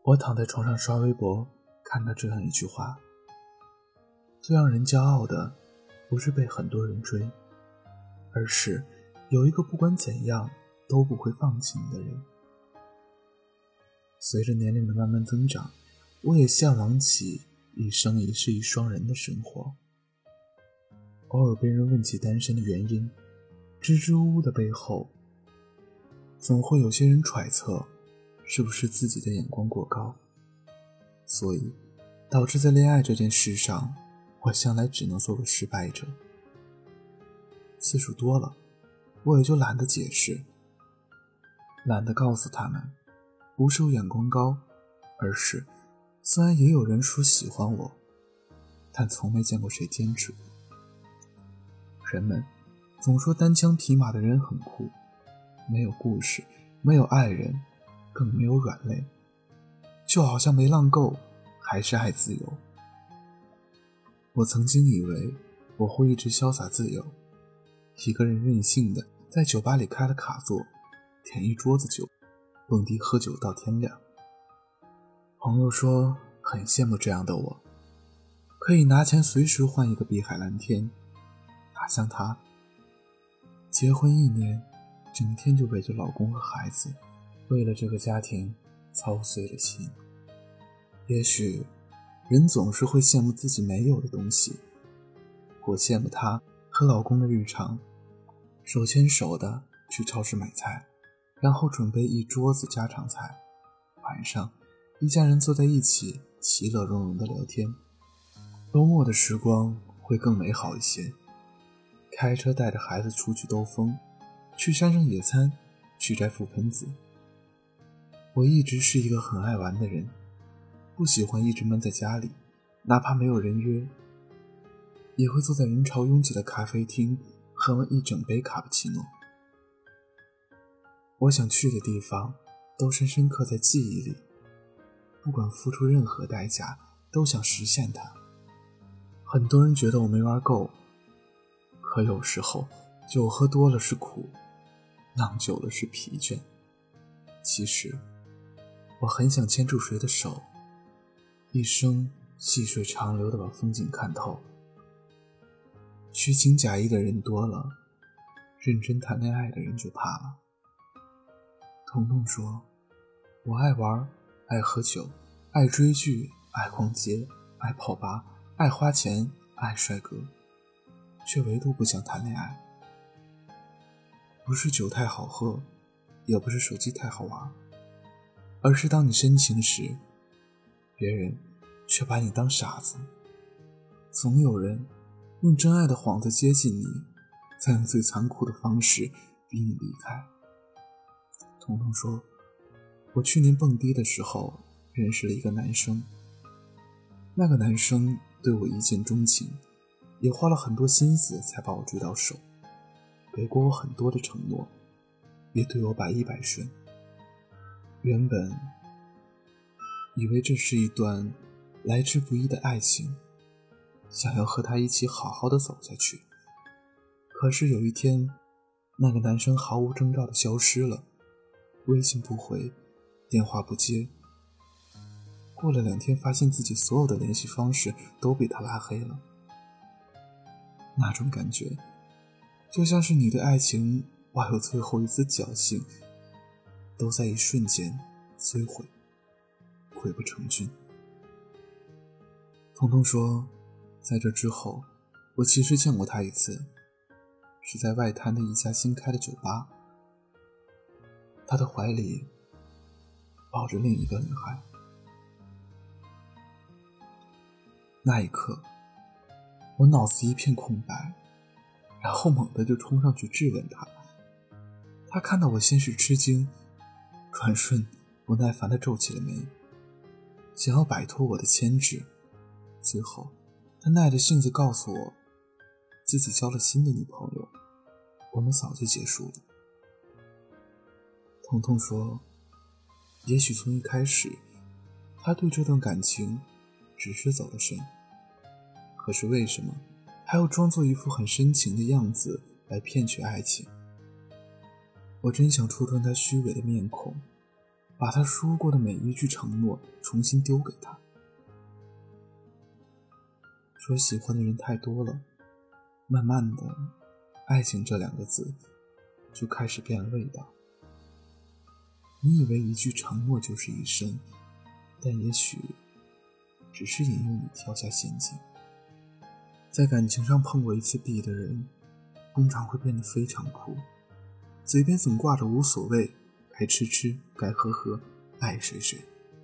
我躺在床上刷微博，看到这样一句话：最让人骄傲的不是被很多人追，而是有一个不管怎样都不会放弃你的人。随着年龄的慢慢增长，我也向往起一生一世一双人的生活。偶尔被人问起单身的原因，支支吾吾的背后，总会有些人揣测是不是自己的眼光过高，所以导致在恋爱这件事上，我向来只能做个失败者。次数多了，我也就懒得解释，懒得告诉他们，不是我眼光高，而是虽然也有人说喜欢我，但从没见过谁坚持过。人们总说单枪匹马的人很酷，没有故事，没有爱人，更没有软肋，就好像没浪够，还是爱自由。我曾经以为我会一直潇洒自由，一个人任性的在酒吧里开了卡座，点一桌子酒，蹦迪喝酒到天亮。朋友说很羡慕这样的我，可以拿钱随时换一个碧海蓝天。哪像她，结婚1年，整天就围着老公和孩子，为了这个家庭操碎了心。也许人总是会羡慕自己没有的东西，我羡慕她和老公的日常，手牵手的去超市买菜，然后准备一桌子家常菜，晚上一家人坐在一起其乐融融的聊天。周末的时光会更美好一些，开车带着孩子出去兜风，去山上野餐，去摘覆盆子。我一直是一个很爱玩的人，不喜欢一直闷在家里，哪怕没有人约，也会坐在人潮拥挤的咖啡厅喝完一整杯卡布奇诺。我想去的地方都深深刻在记忆里，不管付出任何代价，都想实现它。很多人觉得我没玩够，可有时候酒喝多了是苦，浪久了是疲倦。其实我很想牵住谁的手，一生细水长流地把风景看透。虚情假意的人多了，认真谈恋爱的人就怕了。彤彤说，我爱玩，爱喝酒，爱追剧，爱逛街，爱泡吧，爱花钱，爱帅哥，却唯独不想谈恋爱。不是酒太好喝，也不是手机太好玩，而是当你深情时，别人却把你当傻子。总有人用真爱的幌子接近你，再用最残酷的方式逼你离开。彤彤说，我去年蹦迪的时候认识了一个男生，那个男生对我一见钟情，也花了很多心思才把我追到手，给过我很多的承诺，也对我百依百顺。原本以为这是一段来之不易的爱情，想要和他一起好好的走下去。可是有一天，那个男生毫无征兆的消失了，微信不回，电话不接。过了2天，发现自己所有的联系方式都被他拉黑了。那种感觉就像是你对爱情抱有最后一丝侥幸，都在一瞬间摧毁，溃不成军。彤彤说，在这之后我其实见过他一次，是在外滩的一家新开的酒吧，他的怀里抱着另一个女孩。那一刻我脑子一片空白，然后猛地就冲上去质问他。他看到我先是吃惊，转瞬不耐烦地皱起了眉，想要摆脱我的牵制。最后他耐着性子告诉我，自己交了新的女朋友，我们早就结束了。彤彤说，也许从一开始他对这段感情只是走了神，可是为什么还要装作一副很深情的样子来骗取爱情？我真想触碰他虚伪的面孔， 把他说过的每一句承诺重新丢给他。说喜欢的人太多了，慢慢的，爱情这2个字就开始变了味道。你以为一句承诺就是一生，但也许只是引诱你跳下陷阱。在感情上碰过一次壁的人，通常会变得非常酷，嘴边总挂着无所谓，该吃吃，该喝喝，爱谁谁。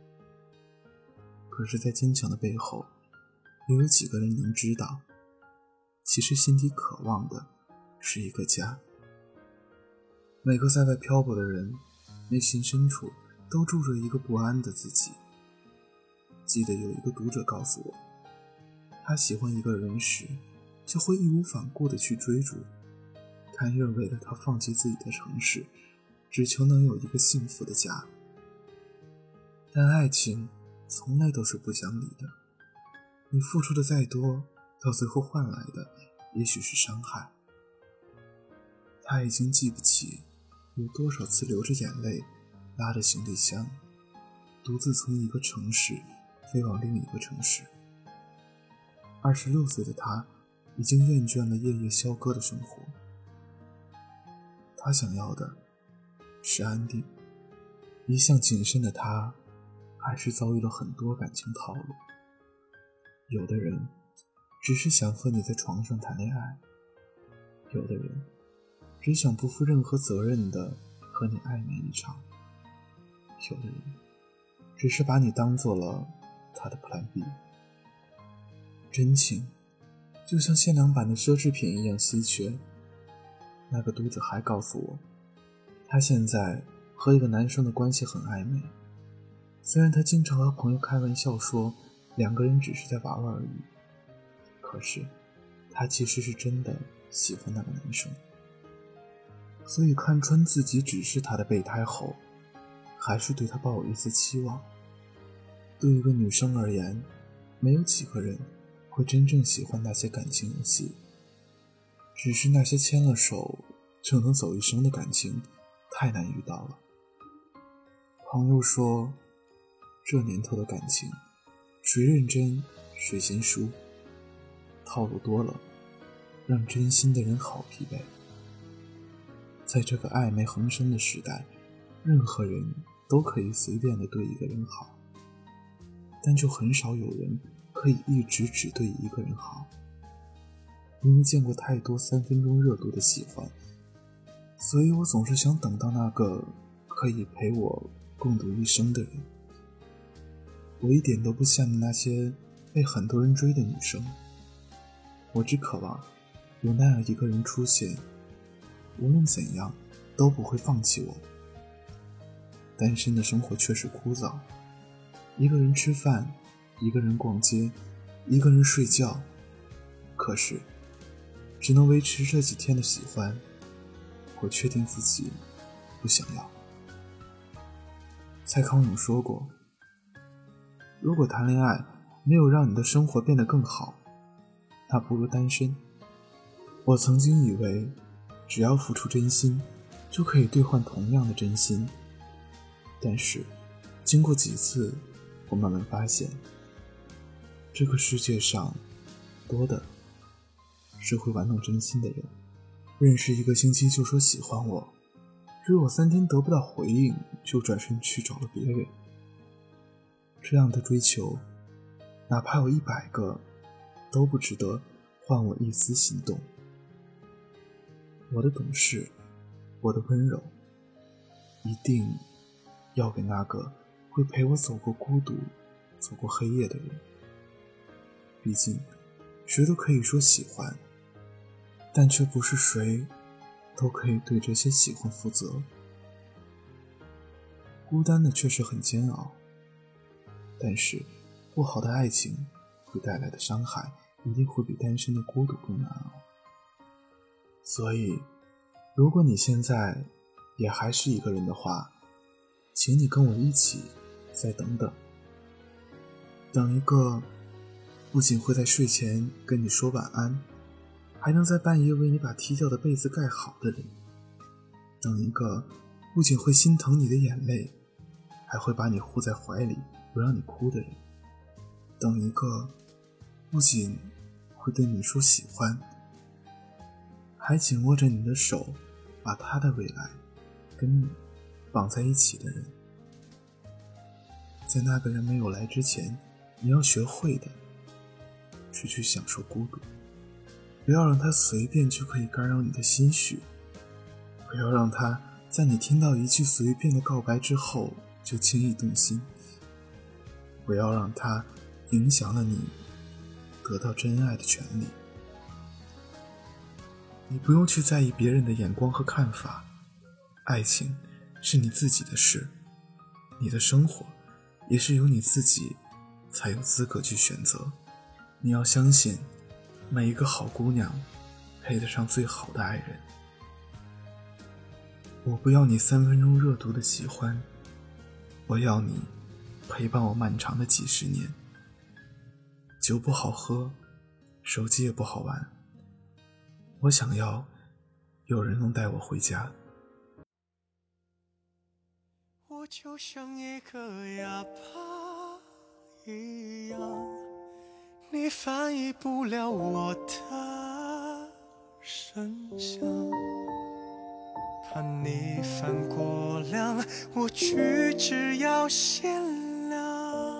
可是在坚强的背后，又有几个人能知道，其实心底渴望的是一个家。每个在外漂泊的人，内心深处都住着一个不安的自己。记得有一个读者告诉我，他喜欢一个人时，就会义无反顾地去追逐，甘愿为了他放弃自己的城市，只求能有一个幸福的家。但爱情从来都是不讲理的，你付出的再多，到最后换来的也许是伤害。他已经记不起有多少次流着眼泪，拉着行李箱，独自从一个城市飞往另一个城市。26岁的他已经厌倦了夜夜笙歌的生活。他想要的是安定。一向谨慎的他，还是遭遇了很多感情套路。有的人只是想和你在床上谈恋爱，有的人只想不负任何责任的和你暧昧一场，有的人只是把你当做了他的 Plan B。 真情就像限量版的奢侈品一样稀缺。那个读者还告诉我，他现在和一个男生的关系很暧昧，虽然他经常和朋友开玩笑说2个人只是在玩玩而已，可是他其实是真的喜欢那个男生。所以看穿自己只是他的备胎后，还是对他抱有一丝期望。对一个女生而言，没有几个人会真正喜欢那些感情游戏，只是那些牵了手就能走一生的感情太难遇到了。朋友说，这年头的感情，谁认真谁先输，套路多了，让真心的人好疲惫。在这个暧昧横生的时代，任何人都可以随便的对一个人好，但就很少有人可以一直只对一个人好。因为见过太多3分钟热度的喜欢，所以我总是想等到那个可以陪我共度一生的人。我一点都不羡慕那些被很多人追的女生，我只渴望有那样一个人出现，无论怎样都不会放弃我。单身的生活确实枯燥，一个人吃饭，一个人逛街，一个人睡觉，可是只能维持这几天的喜欢，我确定自己不想要。蔡康永说过，如果谈恋爱没有让你的生活变得更好，那不如单身。我曾经以为只要付出真心就可以兑换同样的真心，但是经过几次，我慢慢发现，这个世界上多的是会玩弄真心的人。认识1个星期就说喜欢我，追我3天得不到回应就转身去找了别人。这样的追求，哪怕有100个，都不值得换我一丝心动。我的懂事，我的温柔，一定要给那个会陪我走过孤独，走过黑夜的人。毕竟谁都可以说喜欢，但却不是谁都可以对这些喜欢负责。孤单的确实很煎熬，但是不好的爱情会带来的伤害一定会比单身的孤独更难熬。所以如果你现在也还是一个人的话，请你跟我一起再等等，等一个不仅会在睡前跟你说晚安，还能在半夜为你把踢掉的被子盖好的人，等一个不仅会心疼你的眼泪， 还会把你护在怀里不让你哭的人，等一个不仅会对你说喜欢，还紧握着你的手，把他的未来跟你绑在一起的人。在那个人没有来之前，你要学会的是去享受孤独，不要让他随便就可以干扰你的心绪，不要让他在你听到一句随便的告白之后就轻易动心，不要让他影响了你得到真爱的权利。你不用去在意别人的眼光和看法，爱情是你自己的事，你的生活也是由你自己才有资格去选择。你要相信，每一个好姑娘配得上最好的爱人。我不要你3分钟热度的喜欢，我要你陪伴我漫长的几十年。酒不好喝，手机也不好玩，我想要有人能带我回家。 我就像一个哑巴一样，你翻译不了我的声响，怕你犯过量，我举止要限量。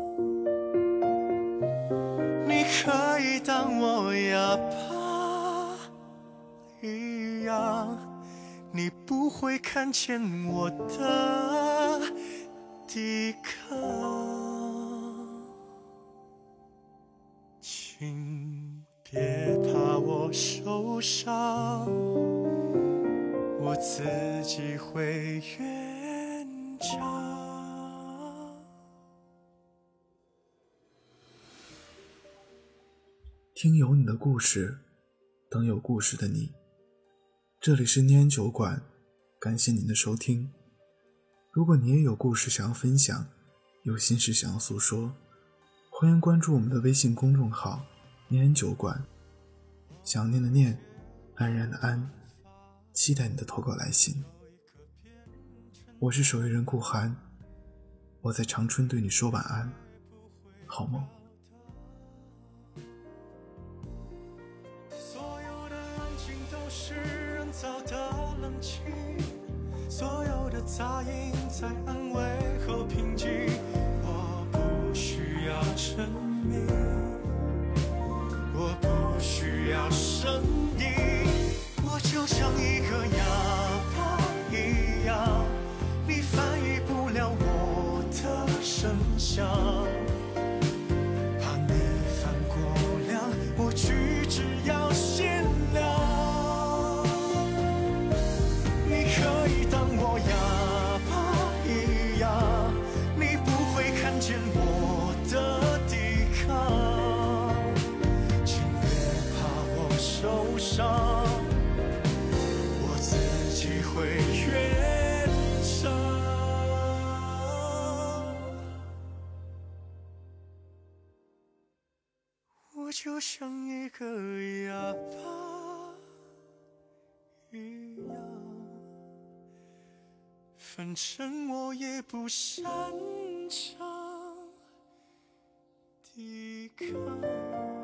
你可以当我哑巴一样，你不会看见我的抵抗，请别怕我受伤，我自己会圆场。 听有你的故事，等有故事的你。这里是念安酒馆，感谢您的收听。如果你也有故事想要分享，有心事想要诉说，欢迎关注我们的微信公众号念安酒馆，想念的念，安然的安，期待你的投稿来信。我是守夜人顾寒，我在长春对你说晚安，好梦。 造的冷清，所有的杂音在安慰后平静。我不需要证明，我不需要声音，我就像一个哑巴一样，你翻译不了我的声响，怕你犯过量，我举止要限量。可以当我哑巴一样，你不会看见我的抵抗，请别怕我受伤，我自己会圆场。我就像一个哑巴一样，反正我也不擅长抵抗。